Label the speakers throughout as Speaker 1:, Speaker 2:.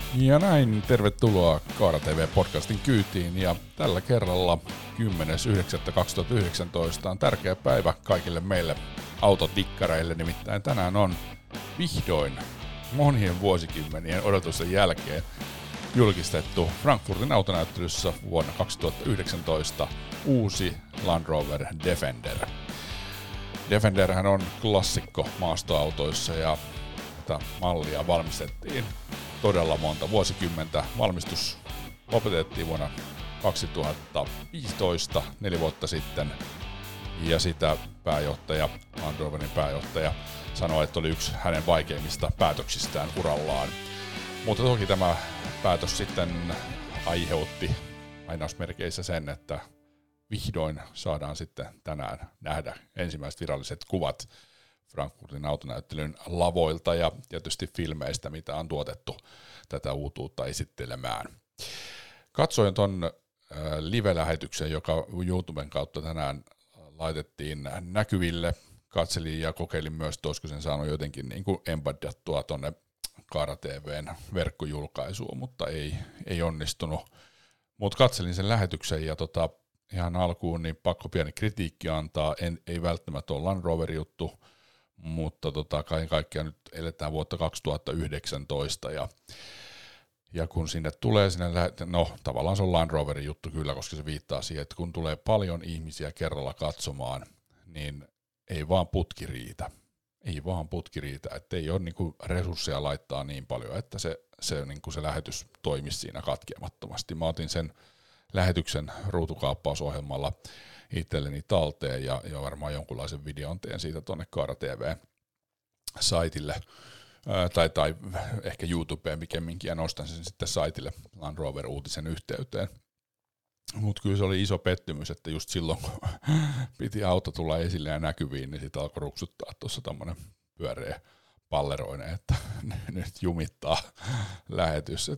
Speaker 1: Ja näin, tervetuloa Kaara TV-podcastin kyytiin, ja tällä kerralla 10.9.2019 on tärkeä päivä kaikille meille autotikkareille, nimittäin tänään on vihdoin monien vuosikymmenien odotusten jälkeen julkistettu Frankfurtin autonäyttelyssä vuonna 2019 uusi Land Rover Defender. Defenderhän on klassikko maastoautoissa ja tätä mallia valmistettiin todella monta vuosikymmentä. Valmistus lopetettiin vuonna 2015, 4 vuotta sitten, ja sitä pääjohtaja, Land Roverin pääjohtaja, sanoi, että oli yksi hänen vaikeimmista päätöksistään urallaan. Mutta toki tämä päätös sitten aiheutti lainausmerkeissä sen, että vihdoin saadaan sitten tänään nähdä ensimmäiset viralliset kuvat Frankfurtin autonäyttelyn lavoilta ja tietysti filmeistä, mitä on tuotettu tätä uutuutta esittelemään. Katsoin ton live-lähetyksen, joka YouTuben kautta tänään laitettiin näkyville. Katselin ja kokeilin myös, että olisiko sen saanut jotenkin niin kuin embeddattua tuonne Kaara TV:n verkkojulkaisuun, mutta ei onnistunut. Mutta katselin sen lähetyksen ja ihan alkuun niin pakko pieni kritiikki antaa. Ei välttämättä ole Land Rover juttu, mutta kaiken kaikkiaan nyt eletään vuotta 2019 ja kun sinne tulee, tavallaan se on Land Roverin juttu kyllä, koska se viittaa siihen, että kun tulee paljon ihmisiä kerralla katsomaan, niin ei vaan putki riitä. Että ei ole niinku resursseja laittaa niin paljon, että se lähetys toimisi siinä katkeamattomasti. Mä otin sen lähetyksen ruutukaappausohjelmalla itselleni talteen ja varmaan jonkunlaisen videon teen siitä tuonne Kaara TV-saitille tai ehkä YouTubeen pikemminkin ja nostan sen sitten saitille Land Rover-uutisen yhteyteen. Mutta kyllä se oli iso pettymys, että just silloin kun piti auto tulla esille ja näkyviin, niin sitten alkoi ruksuttaa tuossa tommonen pyöreä palleroinen, että nyt jumittaa lähetys.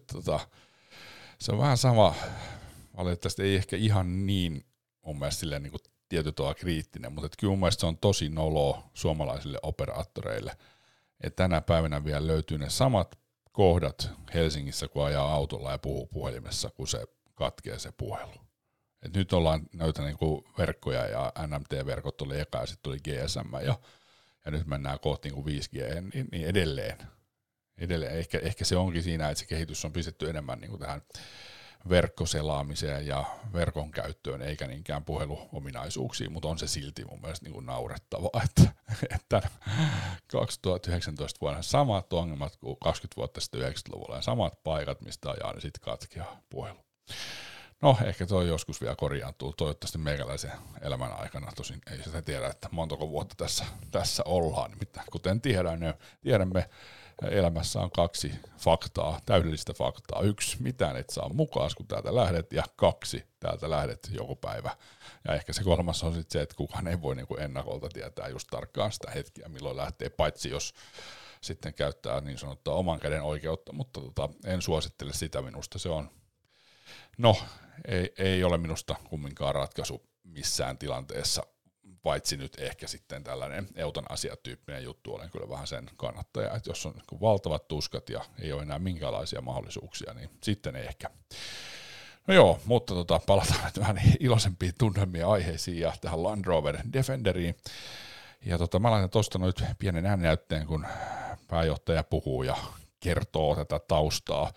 Speaker 1: Se on vähän sama, valitettavasti ei ehkä ihan niin mun mielestä silleen niin kuin tietyllä tavalla kriittinen, mutta kyllä mun mielestä se on tosi noloa suomalaisille operaattoreille, että tänä päivänä vielä löytyy ne samat kohdat Helsingissä, kun ajaa autolla ja puhuu puhelimessa, kun se katkee se puhelu. Et nyt ollaan näitä niinku verkkoja ja NMT-verkot oli eka ja sitten tuli GSM ja nyt mennään kohti niinku 5G, niin edelleen ehkä se onkin siinä, että se kehitys on pistetty enemmän niinku tähän verkkoselaamiseen ja verkon käyttöön eikä niinkään puheluominaisuuksiin, mutta on se silti mun mielestä niinku naurettavaa, että 2019 vuonna samat ongelmat kuin 20 vuotta sitten 90-luvulla ja samat paikat, mistä ajaa, niin sitten katkeaa puhelu. No, ehkä toi joskus vielä korjaantuu, toivottavasti meikäläisen elämän aikana, tosin ei sitä tiedä, että montako vuotta tässä ollaan, nimittäin kuten tiedämme, elämässä on 2 faktaa, täydellistä faktaa. 1, mitään et saa mukaan, kun täältä lähdet, ja 2, täältä lähdet joku päivä. Ja ehkä se 3 on sitten se, että kukaan ei voi niinku ennakolta tietää just tarkkaan sitä hetkeä, milloin lähtee, paitsi jos sitten käyttää niin sanottua oman käden oikeutta, mutta en suosittele sitä, minusta se on, ei ole minusta kumminkaan ratkaisu missään tilanteessa, paitsi nyt ehkä sitten tällainen eutanasiatyyppinen juttu, olen kyllä vähän sen kannattaja, että jos on niin valtavat tuskat ja ei ole enää minkäänlaisia mahdollisuuksia, niin sitten ei ehkä. No joo, mutta palataan nyt vähän iloisempiin tunnelmia aiheisiin ja tähän Land Rover Defenderiin. Ja mä laitan tuosta nyt pienen ääninäytteen, kun pääjohtaja puhuu ja kertoo tätä taustaa.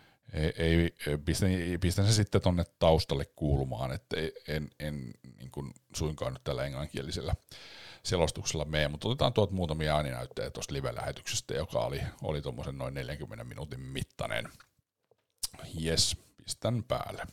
Speaker 1: Pistän se sitten tonne taustalle kuulumaan, että en niin kuin suinkaan nyt tällä englanninkielisellä selostuksella mene, mutta otetaan tuolta muutamia ääninäytteitä tuosta live-lähetyksestä, joka oli tuommoisen noin 40 minuutin mittainen. Jes, pistän päälle.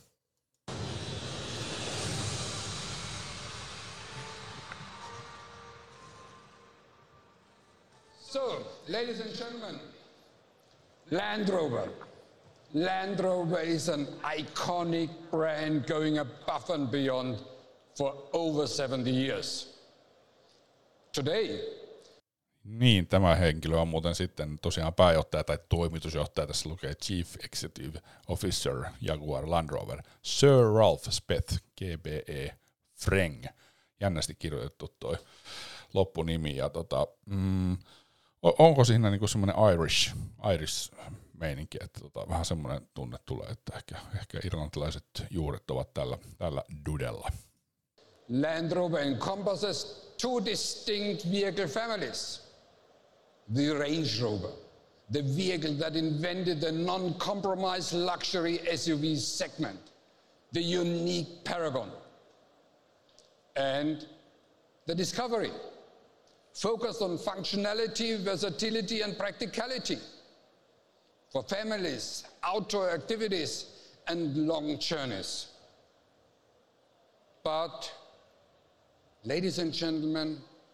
Speaker 2: So, ladies and gentlemen, Land Rover. Land Rover is an iconic brand going above and beyond for over 70 years. Today.
Speaker 1: Niin, tämä henkilö on muuten sitten tosiaan pääjohtaja tai toimitusjohtaja, tässä lukee Chief Executive Officer Jaguar Land Rover, Sir Ralph Speth, GBE Freng. Jännästi kirjoitettu toi loppunimi ja onko siinä niinku semmoinen Irish meininki, että vähän semmoinen tunne tulee, että ehkä irlantilaiset juuret ovat tällä dudella.
Speaker 2: Land Rover encompasses two distinct vehicle families. The Range Rover, the vehicle that invented the non-compromise luxury SUV segment, the unique Paragon, and the Discovery, focused on functionality, versatility, and practicality for families, outdoor activities, and long journeys. But, ladies and gentlemen,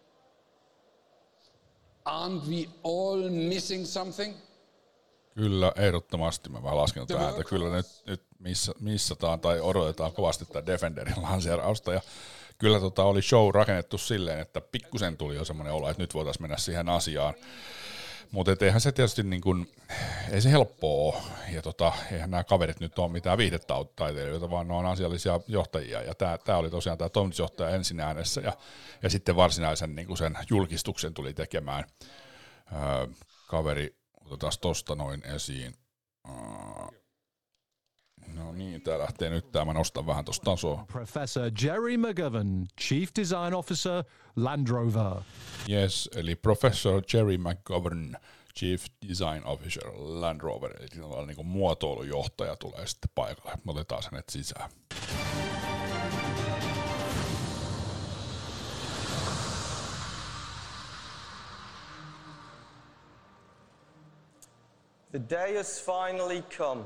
Speaker 2: aren't we all missing something?
Speaker 1: Kyllä, ehdottomasti. Mä vähän lasken täältä. Kyllä nyt missataan tai odotetaan kovasti tätä Defenderin lanseerausta. Ja kyllä oli show rakennettu silleen, että pikkusen tuli jo semmoinen olo, että nyt voitaisiin mennä siihen asiaan. Mutta eihän se tietysti niin kuin, ei se helppoa ole. Ja eihän nämä kaverit nyt ole mitään viihdetaiteilijoita, vaan ne on asiallisia johtajia. Ja tämä oli tosiaan tämä toimitusjohtaja ensin äänessä ja sitten varsinaisen niin kuin sen julkistuksen tuli tekemään kaveri. Otetaan tosta noin esiin. No niin, tää lähtee nyt. Mä nostan vähän tosta tasoa.
Speaker 3: Professor Jerry McGovern, Chief Design Officer, Land Rover.
Speaker 1: Yes, eli Professor Jerry McGovern, Chief Design Officer, Land Rover. Eli niin kuin muotoilujohtaja tulee sitten paikalle. Me otetaan hänet sisään.
Speaker 4: The day has finally come.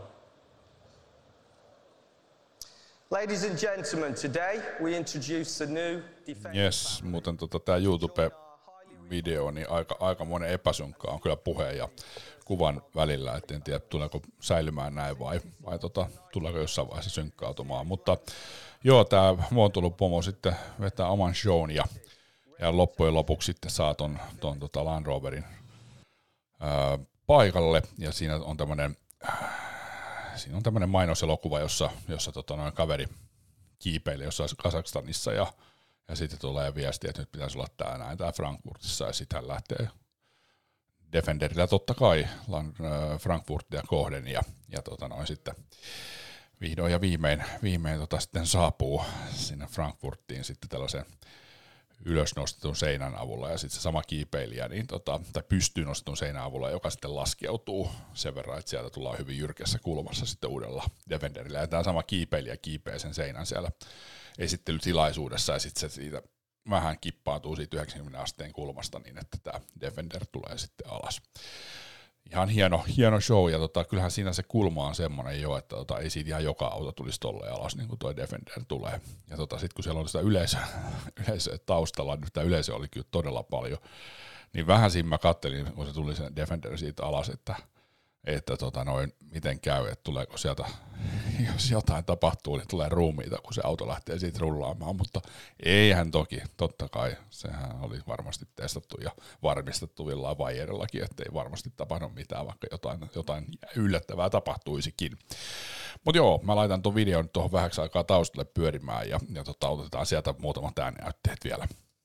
Speaker 4: Ladies and gentlemen, today we introduce the new Defender.
Speaker 1: Yes, muuten tämä YouTube-video, niin aikamoinen epäsynkka on kyllä puheen ja kuvan välillä, et en tiedä tuleeko säilymään näin vai tuleeko jossain vaiheessa synkkautumaan, mutta joo, tämä muotoilupomo sitten vetää oman shown ja loppujen lopuksi sitten saa ton Land Roverin paikalle, ja siinä on tämmöinen mainoselokuva, jossa noin kaveri kiipeilee jossain Kazakstanissa, ja sitten tulee viesti, että nyt pitäisi olla tää Frankfurtissa, ja sitten hän lähtee Defenderillä totta kai Frankfurtia kohden, ja sitten vihdoin ja viimein sitten saapuu sinne Frankfurtiin sitten tällaisen ylösnostetun seinän avulla, ja sitten se sama kiipeilijä tai pystyyn nostetun seinän avulla, joka sitten laskeutuu sen verran, että sieltä tullaan hyvin jyrkässä kulmassa sitten uudella Defenderillä, ja tämä sama kiipeilijä kiipeää sen seinän siellä esittelytilaisuudessa, ja sitten se siitä vähän kippautuu siitä 90 asteen kulmasta niin, että tämä Defender tulee sitten alas. Ihan hieno show, ja kyllähän siinä se kulma on semmoinen jo, että ei siitä ihan joka auto tulisi tolleen alas, niin kuin tuo Defender tulee. Ja sitten kun siellä on sitä yleisöä taustalla, niin sitä yleisöä oli kyllä todella paljon, niin vähän siinä mä kattelin, kun se tuli se Defender siitä alas, että miten käy, että tuleeko sieltä, jos jotain tapahtuu, niin tulee ruumiita, kun se auto lähtee siitä rullaamaan, mutta eihän toki, totta kai, sehän oli varmasti testattu ja varmistettu villaa vaijerillakin, ettei varmasti tapahdu mitään, vaikka jotain yllättävää tapahtuisikin. Mutta joo, mä laitan ton videon nyt tuohon vähäksi aikaa taustalle pyörimään, ja otetaan sieltä muutamat äänenäytteet vielä.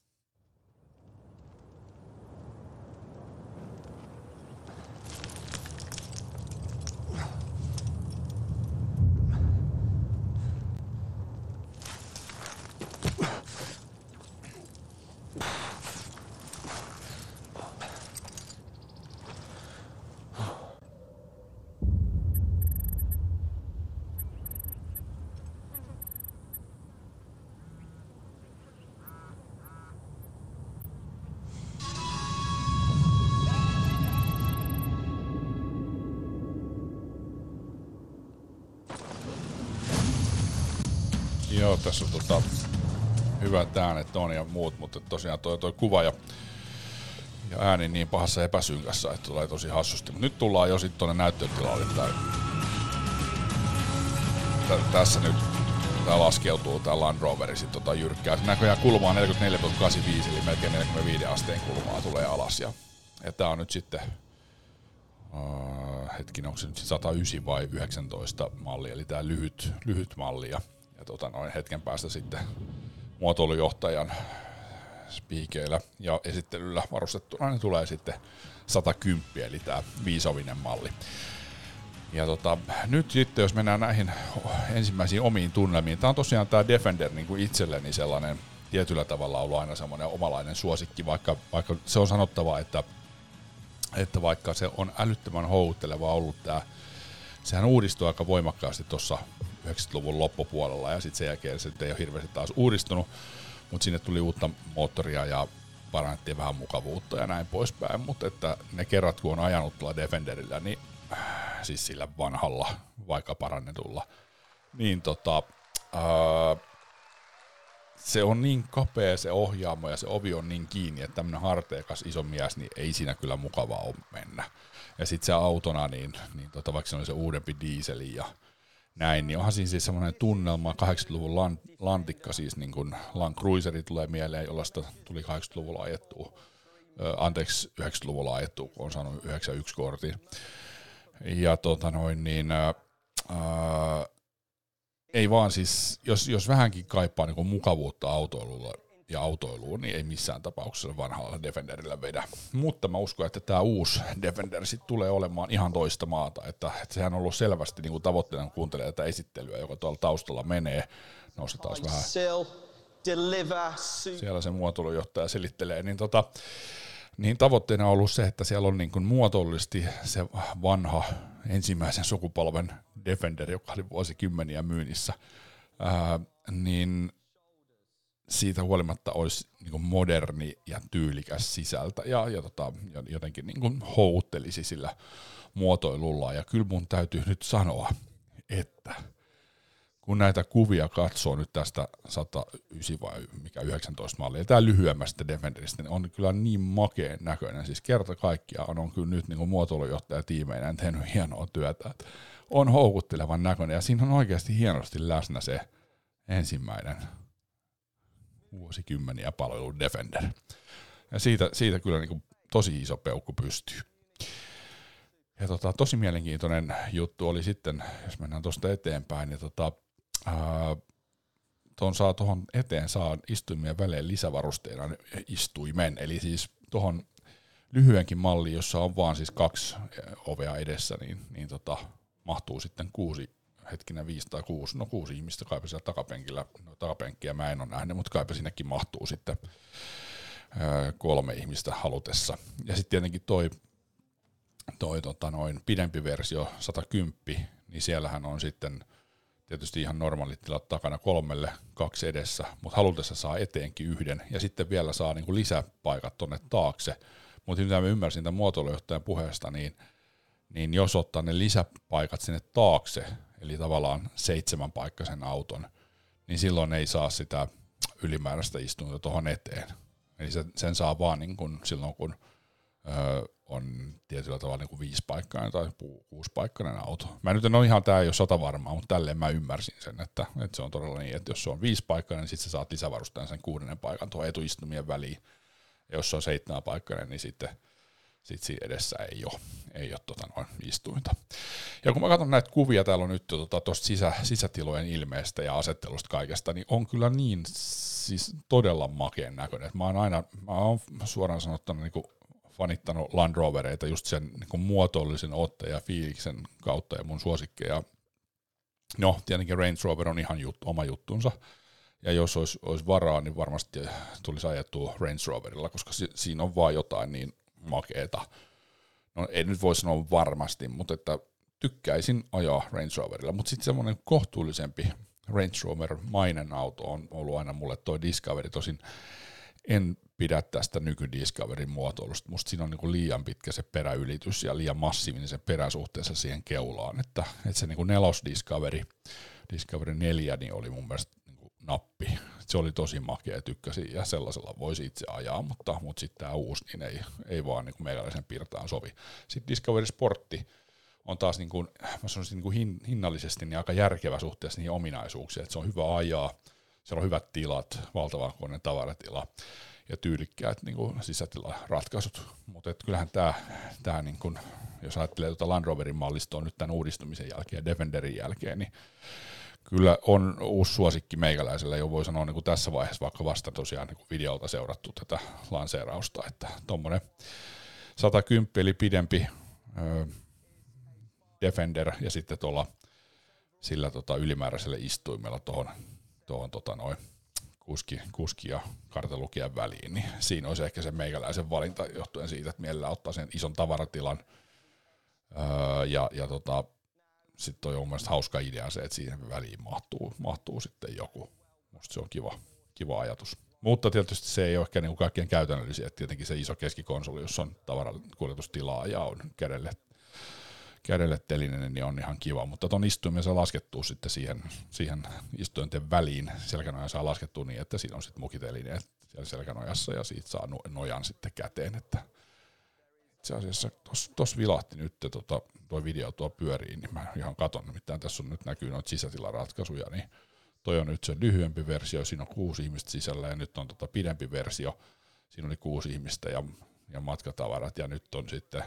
Speaker 1: Joo, tässä on hyvät äänet on ja muut, mutta tosiaan toi kuva ja ääni niin pahassa epäsynkässä, että tulee tosi hassusti. Mutta nyt tullaan jo sitten tuonne näyttelytilalle. Tässä nyt tää laskeutuu tää Land Roveri sit jyrkkää. Näköjään kulmaa 44,85 eli melkein 45 asteen kulmaa tulee alas. Ja tää on nyt sitten onko se nyt 109 vai 19 malli, eli tää lyhyt malli. Ja hetken päästä sitten muotoilujohtajan spiikeillä ja esittelyllä varustettuna niin tulee sitten 110, eli tämä 5-ovinen malli. Ja nyt sitten, jos mennään näihin ensimmäisiin omiin tunnelmiin, tämä on tosiaan tämä Defender niin kuin itselleni sellainen tietyllä tavalla ollut aina semmoinen omalainen suosikki, vaikka se on sanottava, että vaikka se on älyttömän houkutteleva ollut tämä, sehän uudistui aika voimakkaasti tuossa 90-luvun loppupuolella ja sitten sen jälkeen se ei ole hirveästi taas uudistunut, mutta sinne tuli uutta moottoria ja parannettiin vähän mukavuutta ja näin poispäin, mutta että ne kerrat kun on ajanut tuolla Defenderillä, niin siis sillä vanhalla, vaikka parannetulla, niin se on niin kapea se ohjaamo ja se ovi on niin kiinni, että tämmönen harteikas iso mies, niin ei siinä kyllä mukavaa ole mennä. Ja sit se autona, niin vaikka se on se uudempi dieseli ja näin, niin onhan siinä siis semmoinen tunnelma, 80-luvun lantikka, siis niin kuin Land Cruiseri tulee mieleen, jollaista tuli 80-luvulla ajettua, 90-luvulla ajettua, kun on saanut 91 kortin. Ja ei vaan siis, jos vähänkin kaipaa niin mukavuutta autoilulla ja autoiluun, niin ei missään tapauksessa vanhalla Defenderillä vedä. Mutta mä uskon, että tämä uusi Defender sit tulee olemaan ihan toista maata, että sehän on ollut selvästi niin tavoitteena, kun kuuntelee tätä esittelyä, joka tuolla taustalla menee. Nousi taas vähän. Siellä se muotoilujohtaja selittelee, niin tavoitteena on ollut se, että siellä on niin kuin muotoillisesti se vanha ensimmäisen sukupolven Defender, joka oli vuosikymmeniä myynnissä, niin siitä huolimatta olisi niin kuin moderni ja tyylikäs sisältä ja jotenkin niin kuin houkuttelisi sillä muotoilulla. Ja kyllä mun täytyy nyt sanoa, että kun näitä kuvia katsoo nyt tästä 109 vai mikä 19 mallia, tämä lyhyemmästä Defenderistä, niin on kyllä niin makeen näköinen. Siis kerta kaikkiaan on kyllä nyt niin kuin muotoilujohtajatiimeinä tehnyt hienoa työtä. On houkuttelevan näköinen ja siinä on oikeasti hienosti läsnä se ensimmäinen vuosikymmeniä palvelun Defender. Ja siitä kyllä niin kuin tosi iso peukku pystyy. Ja tosi mielenkiintoinen juttu oli sitten, jos mennään tuosta eteenpäin, niin tuohon eteen saa istuimien välein lisävarusteena istuimen, eli siis tuohon lyhyenkin malliin, jossa on vaan siis 2 ovea edessä, niin mahtuu sitten 5 tai 6 ihmistä kaipa siellä takapenkillä, takapenkkiä mä en ole nähnyt, mutta kaipa sinnekin mahtuu sitten 3 ihmistä halutessa. Ja sitten tietenkin toi pidempi versio 110, niin siellähän on sitten tietysti ihan normaalit tilat takana 3, 2 edessä, mutta halutessa saa eteenkin 1 ja sitten vielä saa niinku lisäpaikat tonne taakse. Mutta mitä mä ymmärsin tämän muotoilujohtajan puheesta, niin jos ottaa ne lisäpaikat sinne taakse, eli tavallaan 7-paikkaisen auton, niin silloin ei saa sitä ylimääräistä istuntoa tuohon eteen. Eli sen saa vaan niin kun silloin, kun on tietyllä tavalla niin kuin 5-paikkainen tai 6-paikkainen auto. Mä nyt en ole ihan, tää ei ole 100 varmaa, mutta tälleen mä ymmärsin sen, että se on todella niin, että jos se on 5-paikkainen, niin sitten sä saat lisävarustajan sen 6. paikan tuohon etuistumien väliin. Ja jos se on 7-paikkainen, niin sitten siinä edessä ei ole istuinta. Ja kun mä katson näitä kuvia, täällä on nyt tuosta sisätilojen ilmeestä ja asettelusta kaikesta, niin on kyllä niin siis todella makeen näköinen. Mä oon suoraan sanottuna niin kuin fanittanut Land Rovereita just sen niin kuin muotoillisen otteen ja fiiliksen kautta ja mun suosikkeja. No, tietenkin Range Rover on ihan oma juttunsa. Ja jos olisi varaa, niin varmasti tulisi ajettua Range Roverilla, koska siinä on vaan jotain niin makeeta. No ei nyt voi sanoa varmasti, mutta että tykkäisin ajaa Range Roverilla. Mutta sitten semmoinen kohtuullisempi Range Rover-mainen auto on ollut aina mulle toi Discovery. Tosin en pidä tästä nyky-Discoverin muotoilusta. Musta siinä on niinku liian pitkä se peräylitys ja liian massiivinen se perä suhteessa siihen keulaan. Että se niinku 4 Discovery 4 niin oli mun mielestä niinku nappi. Se oli tosi makea, tykkäsin ja sellaisella voisi itse ajaa, mutta sitten tämä uusi niin ei vaan niinku meikäläisen pirtaan sovi. Sitten Discovery Sportti on taas niinku, mä sanoisin niinku hinnallisesti niin aika järkevä suhteessa niihin ominaisuuksiin, että se on hyvä ajaa, siellä on hyvät tilat, valtavan kokoinen tavaratila ja tyylikkäät niinku sisätilaratkaisut, mutta kyllähän tämä niinku, jos ajattelee Land Roverin mallistoa nyt tämän uudistumisen jälkeen ja Defenderin jälkeen, niin kyllä on uusi suosikki meikäläisellä, jo voi sanoa niin kuin tässä vaiheessa, vaikka vasta tosiaan niin kuin videolta seurattu tätä lanseerausta, että tuommoinen 110 eli pidempi Defender ja sitten tuolla sillä ylimääräisellä istuimella tuohon kuski ja kartalukijan väliin, niin siinä olisi ehkä se meikäläisen valinta johtuen siitä, että mielellään ottaa sen ison tavaratilan ja sitten on mun mielestä hauska idea se, että siihen väliin mahtuu sitten joku. Musta se on kiva ajatus. Mutta tietysti se ei ole ehkä niinku kaikkein käytännöllisiä, että tietenkin se iso keskikonsoli, jos on tavarakuljetustilaa ja on kädelle telinen, niin on ihan kiva, mutta ton istuimen saa laskettua sitten siihen istuinten väliin, selkänojan saa laskettua niin, että siinä on sitten mukitelineet siellä selkänojassa ja siitä saa nojan sitten käteen, että itse asiassa tossa vilahti nyt toi video tuo pyöriin, niin mä ihan katon, nimittäin tässä on nyt näkyy noita sisätilaratkaisuja, niin toi on nyt se lyhyempi versio, siinä on 6 ihmistä sisällä ja nyt on pidempi versio, siinä oli 6 ihmistä ja matkatavarat ja nyt on sitten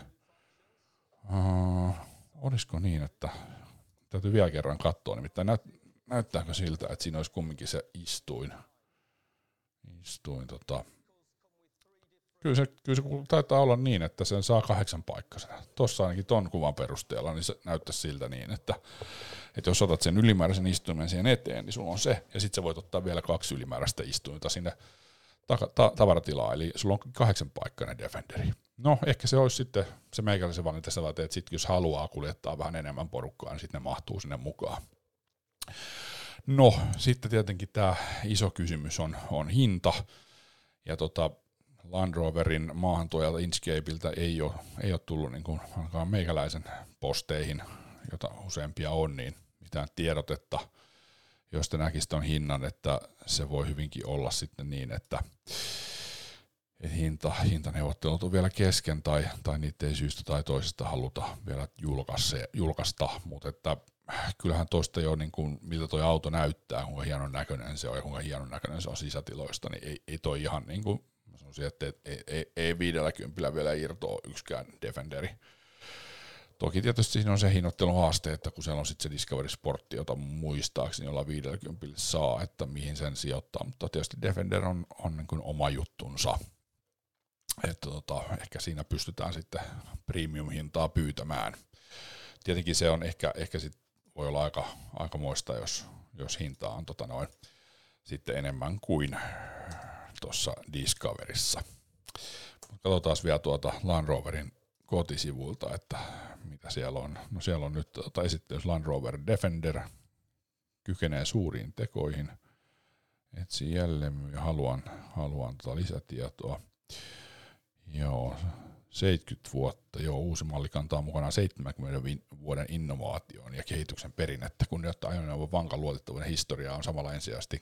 Speaker 1: olisiko niin, että täytyy vielä kerran katsoa, nimittäin näyttääkö siltä, että siinä olisi kumminkin se istuin. Kyllä se taitaa olla niin, että sen saa 8 paikkaisena. Tuossa ainakin ton kuvan perusteella, niin se näyttäisi siltä niin, että jos otat sen ylimääräisen istuimen siihen eteen, niin sulla on se, ja sitten sä voit ottaa vielä 2 ylimääräistä istuinta sinne tavaratilaa, eli sulla on 8 paikkainen Defenderi. No, ehkä se olisi sitten se meikäläisen valinta sellainen, että sit jos haluaa kuljettaa vähän enemmän porukkaa, niin sitten ne mahtuu sinne mukaan. No, sitten tietenkin tämä iso kysymys on hinta, ja Land Roverin maahantuojalta Inchcapeilta ei ole tullut niin kuin ainakaan meikäläisen posteihin, jota useampia on, niin mitään tiedotetta, josta näkisi ton hinnan, että se voi hyvinkin olla sitten niin, että hintaneuvottelut on vielä kesken tai niitä ei syystä tai toisesta haluta vielä julkaista, mutta että kyllähän tuosta jo niin kuin, miltä toi auto näyttää, kuinka hienon näköinen se on ja kuinka hienon näköinen se on sisätiloista, niin ei toi ihan niin kuin, mä sanoisin, että ei 50 vielä irtoa yksikään Defenderi. Toki tietysti siinä on se hinnoittelun haaste, että kun siellä on sitten se Discovery Sportti, jota muistaakseni jolla 50 saa, että mihin sen sijoittaa, mutta tietysti Defender on niin kuin oma juttunsa. Että ehkä siinä pystytään sitten premium-hintaa pyytämään. Tietenkin se on ehkä sit voi olla aikamoista, jos hinta on sitten enemmän kuin tuossa Discoverissa. Katsotaan vielä Land Roverin kotisivuilta, että mitä siellä on. No siellä on nyt esittelyys Land Rover Defender, kykenee suuriin tekoihin. Etsin jälleen ja haluan lisätietoa. Joo, 70 vuotta. Joo, uusi malli kantaa mukanaan 70 vuoden innovaation ja kehityksen perinnettä, kunnioittaa ajoneuvon vankan luotettavuuden historiaa on samalla ensisijaisesti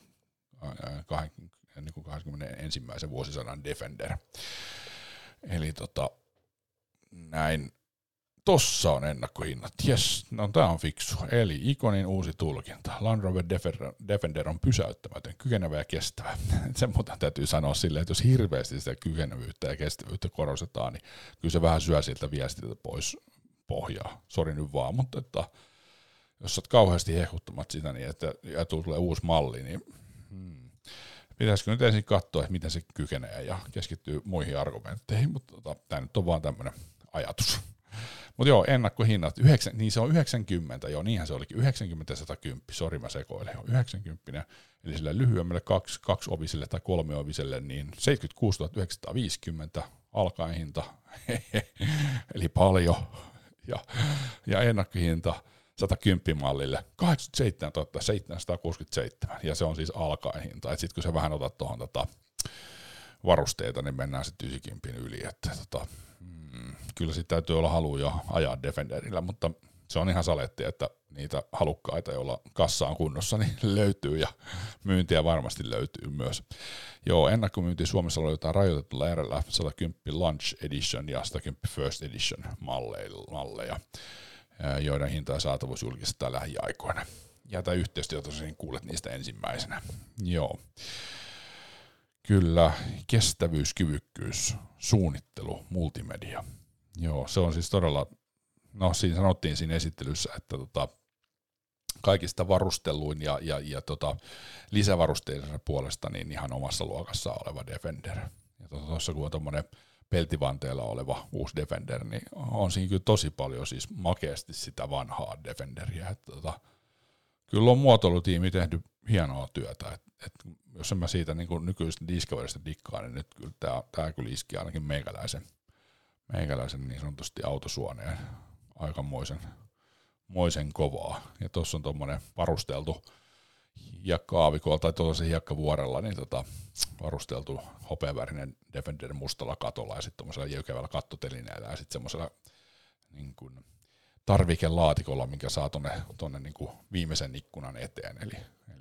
Speaker 1: 21. vuosisadan Defender. Eli näin. Tossa on ennakkohinnat. Jes, no tää on fiksu. Eli Iconin uusi tulkinta. Land Rover Defender on pysäyttämätön, kykenevä ja kestävä. Sen muuten täytyy sanoa silleen, että jos hirveästi sitä kykenevyyttä ja kestävyyttä korostetaan, niin kyllä se vähän syö siltä viestiltä pois pohjaa. Sori nyt vaan, mutta että jos olet kauheasti hehkuttamat sitä, niin että tulee uusi malli, niin pitäisikö nyt ensin katsoa, että miten se kykenee ja keskittyy muihin argumentteihin, mutta tämä nyt on vaan tämmöinen ajatus. Mutta joo, ennakkohinnat, niin se on 90, joo niinhän se olikin, 90 ja 110, sori mä sekoilen, 90, eli sille lyhyemmälle 2-oviselle tai 3-oviselle, niin 76 950 alkaen hinta, eli paljon, ja ennakkohinta 110 mallille 87 767, ja se on siis alkaen hinta, että sitten kun sä vähän otat tuohon varusteita, niin mennään sitten 90 yli, että kyllä sitten täytyy olla halu jo ajaa Defenderillä, mutta se on ihan saletti, että niitä halukkaita, joilla kassa on kunnossa, niin löytyy ja myyntiä varmasti löytyy myös. Joo, ennakkomyynti Suomessa löytää rajoitetulla erällä 110 Launch Edition ja 110 First Edition malleja, joiden hinta ja saatavuus julkistetaan lähiaikoina. Jätä yhteistyötä, niin kuulet niistä ensimmäisenä. Joo. Kyllä, kestävyys, kyvykkyys, suunnittelu, multimedia. Joo, se on siis todella, no siinä sanottiin siinä esittelyssä, että kaikista varusteluin ja lisävarusteiden puolesta niin ihan omassa luokassa oleva Defender. Ja tuossa kun on tommonen peltivanteella oleva uusi Defender, niin on siinä kyllä tosi paljon siis makeasti sitä vanhaa Defenderia. Että kyllä on muotoilutiimi tehnyt hienoa työtä. Jos en mä siitä niin kuin nykyisestä Discoverista dikkaan, niin nyt kyllä tämä kyllä iski ainakin meikäläisen niin sanotusti autosuoneen aikamoisen kovaa. Ja tuossa on tuommoinen varusteltu hiekka-aavikolla tai tuollaisen hiekkavuorella niin varusteltu hopeavärinen Defender mustalla katolla ja sitten tuommoisella jykevällä kattotelineellä ja sitten semmoisella niin kuin tarvikelaatikolla, minkä saa tuonne niin kuin viimeisen ikkunan eteen. Eli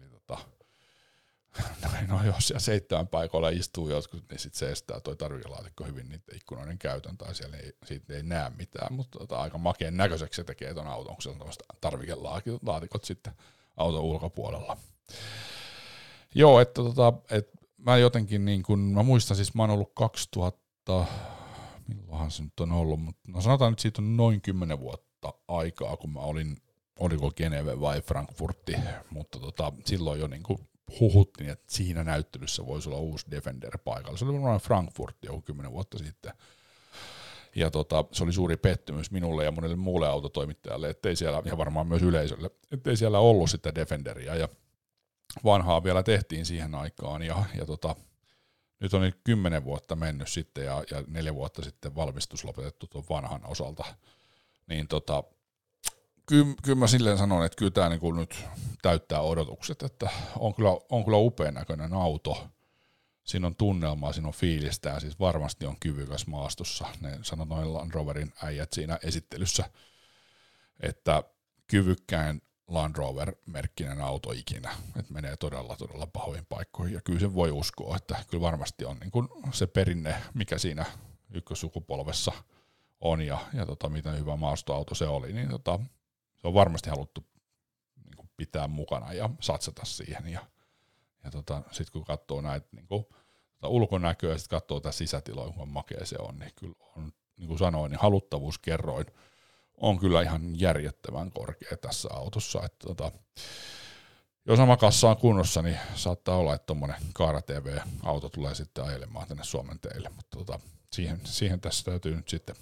Speaker 1: no jos siellä 7 paikoilla istuu jotkut, niin sitten se estää toi tarvikelaatikko hyvin niiden ikkunoiden käytön, tai siellä siitä ei näe mitään, mutta aika makeen näköiseksi se tekee ton auton, kun siellä on tämmöiset tarvikelaatikot sitten auton ulkopuolella. Joo, että mä jotenkin niin kun, mä muistan siis, mä oon ollut 2000, milloinhan se nyt on ollut, mutta no sanotaan nyt siitä on noin 10 vuotta aikaa, kun mä oliko Geneve vai Frankfurtti, mutta silloin jo niin kuin huhuttiin, että siinä näyttelyssä voisi olla uusi Defender paikalla. Se oli noin Frankfurt joku 10 vuotta sitten. Ja se oli suuri pettymys minulle ja monelle muulle autotoimittajalle, ettei siellä, ja varmaan myös yleisölle, ettei siellä ollut sitä Defenderia. Ja vanhaa vielä tehtiin siihen aikaan. Ja nyt on 10 vuotta mennyt sitten ja 4 vuotta sitten valmistus lopetettu tuon vanhan osalta. Niin kyllä mä silleen sanon, että kyllä tämä niinku nyt täyttää odotukset, että on kyllä upean näköinen auto. Siinä on tunnelmaa, siinä on fiilistä ja siis varmasti on kyvykäs maastossa. Ne sanoi noin Land Roverin äijät siinä esittelyssä, että kyvykkäin Land Rover-merkkinen auto ikinä, että menee todella pahoihin paikkoihin ja kyllä sen voi uskoa, että kyllä varmasti on niin kuin se perinne, mikä siinä ykkössukupolvessa on ja miten hyvä maastoauto se oli, niin se on varmasti haluttu niin kuin pitää mukana ja satsata siihen ja sitten kun katsoo näitä niin kuin, ulkonäköä ja sitten katsoo tätä sisätiloa, kuinka makea se on, niin kyllä on, niin kuin sanoin, niin haluttavuuskerroin on kyllä ihan järjettömän korkea tässä autossa. Että jos oma kassa on kunnossa, niin saattaa olla, että tuommoinen Kaara TV-auto tulee sitten ajelemaan tänne Suomen teille, mutta siihen tässä täytyy nyt sitten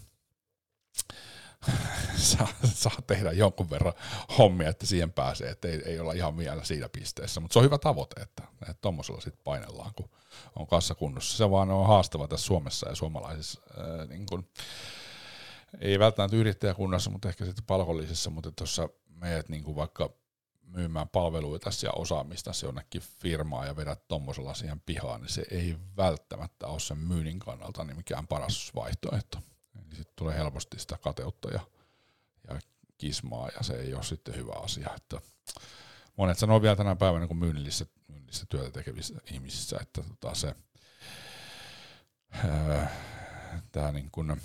Speaker 1: saa tehdä jonkun verran hommia, että siihen pääsee, että ei olla ihan vielä siinä pisteessä, mutta se on hyvä tavoite, että tuommoisella sitten painellaan, kun on kassa kunnossa. Se vaan on haastava tässä Suomessa ja suomalaisissa, niin kun, ei välttämättä yrittäjäkunnassa, mutta ehkä sitten palkollisessa, mutta tuossa meidät niin kun vaikka myymään palveluita ja osaamista jonnekin firmaa ja vedät tuommoisella siihen pihaan, niin se ei välttämättä ole sen myynnin kannalta niin mikään paras vaihtoehto. Eli sitten tulee helposti sitä kateutta ja kismaa, ja se ei ole sitten hyvä asia. Että monet sanoo vielä tänä päivänä, kun myynnissä työtä tekevissä ihmisissä, että tämä niin kuin,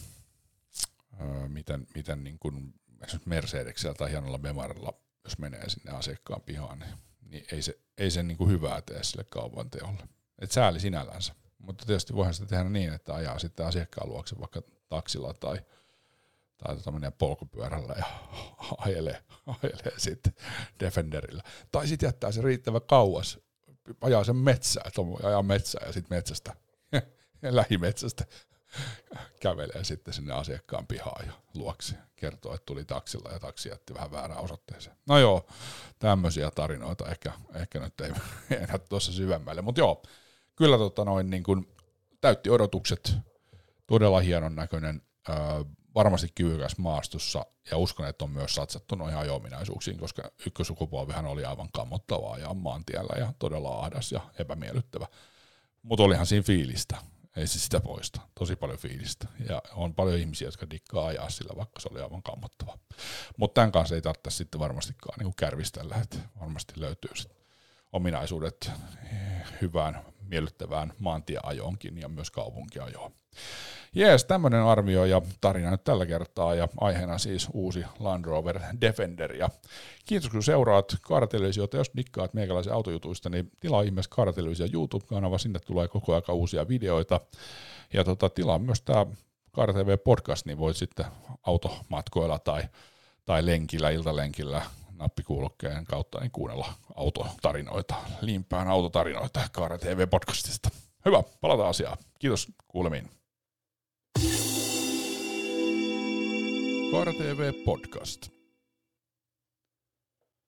Speaker 1: miten niin kuin Mercedeksellä tai hienolla Bemarilla, jos menee sinne asiakkaan pihaan, niin ei se niin kuin hyvää tee sille kaupan teolle. Et sääli sinällänsä. Mutta tietysti voihan sitä tehdä niin, että ajaa sitten asiakkaan luokse vaikka taksilla tai menee polkupyörällä ja ajelee sitten Defenderillä. Tai sitten jättää se riittävän kauas, ajaa sen metsään, ajaa metsään ja sitten metsästä, lähimetsästä kävelee sitten sinne asiakkaan pihaan ja luokse. Kertoo, että tuli taksilla ja taksi jätti vähän väärään osoitteeseen. No joo, tämmöisiä tarinoita ehkä nyt ei enää tuossa syvemmälle, mutta joo, kyllä niin kun täytti odotukset, todella hienon näköinen, varmasti kyvykäs maastossa ja uskon, että on myös satsattu noihin ajo-ominaisuuksiin, koska ykkösukupolvihan oli aivan kammottavaa ja maantiellä ja todella ahdas ja epämiellyttävä. Mutta olihan siinä fiilistä, ei se sitä poista, tosi paljon fiilistä ja on paljon ihmisiä, jotka dikkaa ajaa sillä, vaikka se oli aivan kammottava. Mutta tämän kanssa ei tarvitse sitten varmastikaan niin kärvistellä, että varmasti löytyy sitten ominaisuudet hyvään, miellyttävään maantieajoonkin ja myös kaupunkiajoon. Jees, tämmöinen arvio ja tarina nyt tällä kertaa ja aiheena siis uusi Land Rover Defender. Ja kiitos kun seuraat Kaara-televisiota, jos dikkaat meikäläisen autojutuista, niin tilaa ihmeessä Kaara-television YouTube-kanava, sinne tulee koko ajan uusia videoita. Ja tilaa myös tämä Kaara TV Podcast, niin voit sitten automatkoilla tai lenkillä, iltalenkillä, nappikuulokkeen kautta niin kuunnella autotarinoita, liimpään autotarinoita Kaara TV Podcastista. Hyvä, palataan asiaan. Kiitos, kuulemiin. Kaara TV Podcast.